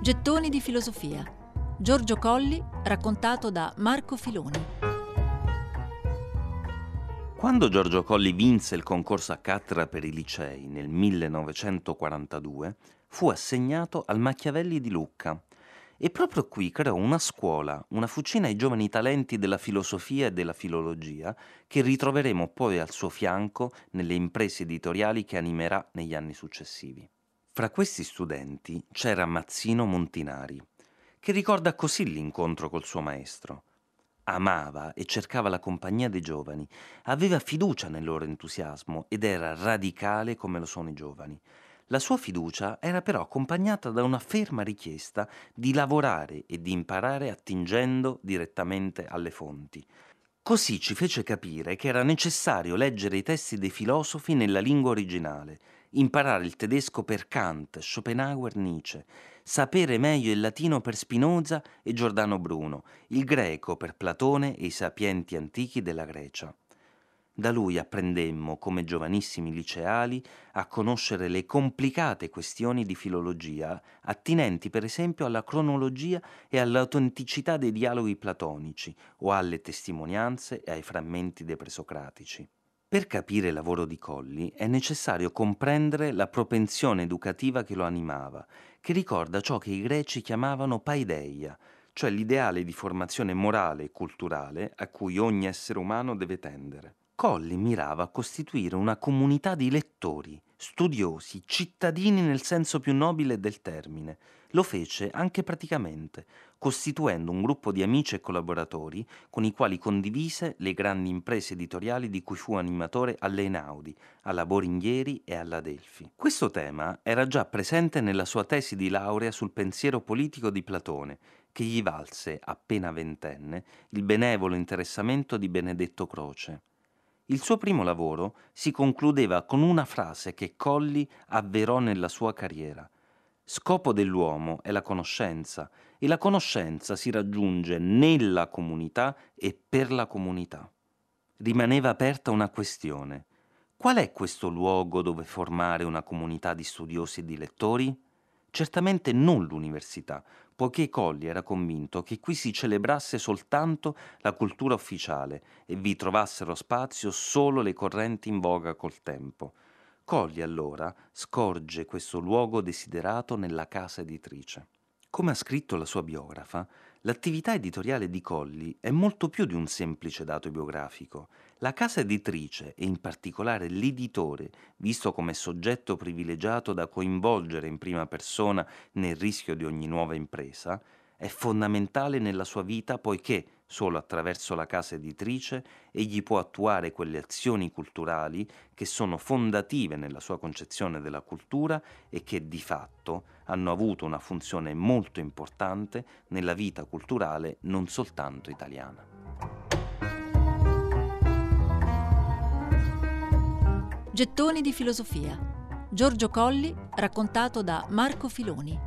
Gettoni di filosofia. Giorgio Colli, raccontato da Marco Filoni. Quando Giorgio Colli vinse il concorso a cattedra per i licei nel 1942, fu assegnato al Machiavelli di Lucca e proprio qui creò una scuola, una fucina ai giovani talenti della filosofia e della filologia che ritroveremo poi al suo fianco nelle imprese editoriali che animerà negli anni successivi. Fra questi studenti c'era Mazzino Montinari, che ricorda così l'incontro col suo maestro. Amava e cercava la compagnia dei giovani, aveva fiducia nel loro entusiasmo ed era radicale come lo sono i giovani. La sua fiducia era però accompagnata da una ferma richiesta di lavorare e di imparare attingendo direttamente alle fonti. Così ci fece capire che era necessario leggere i testi dei filosofi nella lingua originale, imparare il tedesco per Kant, Schopenhauer, Nietzsche, sapere meglio il latino per Spinoza e Giordano Bruno, il greco per Platone e i sapienti antichi della Grecia. Da lui apprendemmo, come giovanissimi liceali, a conoscere le complicate questioni di filologia, attinenti per esempio alla cronologia e all'autenticità dei dialoghi platonici o alle testimonianze e ai frammenti dei presocratici. Per capire il lavoro di Colli è necessario comprendere la propensione educativa che lo animava, che ricorda ciò che i greci chiamavano paideia, cioè l'ideale di formazione morale e culturale a cui ogni essere umano deve tendere. Colli mirava a costituire una comunità di lettori, studiosi, cittadini nel senso più nobile del termine. Lo fece anche praticamente, costituendo un gruppo di amici e collaboratori con i quali condivise le grandi imprese editoriali di cui fu animatore all'Einaudi, alla Boringhieri e alla Delfi. Questo tema era già presente nella sua tesi di laurea sul pensiero politico di Platone, che gli valse, appena ventenne, il benevolo interessamento di Benedetto Croce. Il suo primo lavoro si concludeva con una frase che Colli avverò nella sua carriera. Scopo dell'uomo è la conoscenza e la conoscenza si raggiunge nella comunità e per la comunità. Rimaneva aperta una questione. Qual è questo luogo dove formare una comunità di studiosi e di lettori? Certamente non l'università, poiché Colli era convinto che qui si celebrasse soltanto la cultura ufficiale e vi trovassero spazio solo le correnti in voga col tempo. Colli allora scorge questo luogo desiderato nella casa editrice. Come ha scritto la sua biografa, l'attività editoriale di Colli è molto più di un semplice dato biografico. La casa editrice, e in particolare l'editore, visto come soggetto privilegiato da coinvolgere in prima persona nel rischio di ogni nuova impresa, è fondamentale nella sua vita poiché solo attraverso la casa editrice egli può attuare quelle azioni culturali che sono fondative nella sua concezione della cultura e che di fatto hanno avuto una funzione molto importante nella vita culturale non soltanto italiana. Gettoni di filosofia. Giorgio Colli, raccontato da Marco Filoni.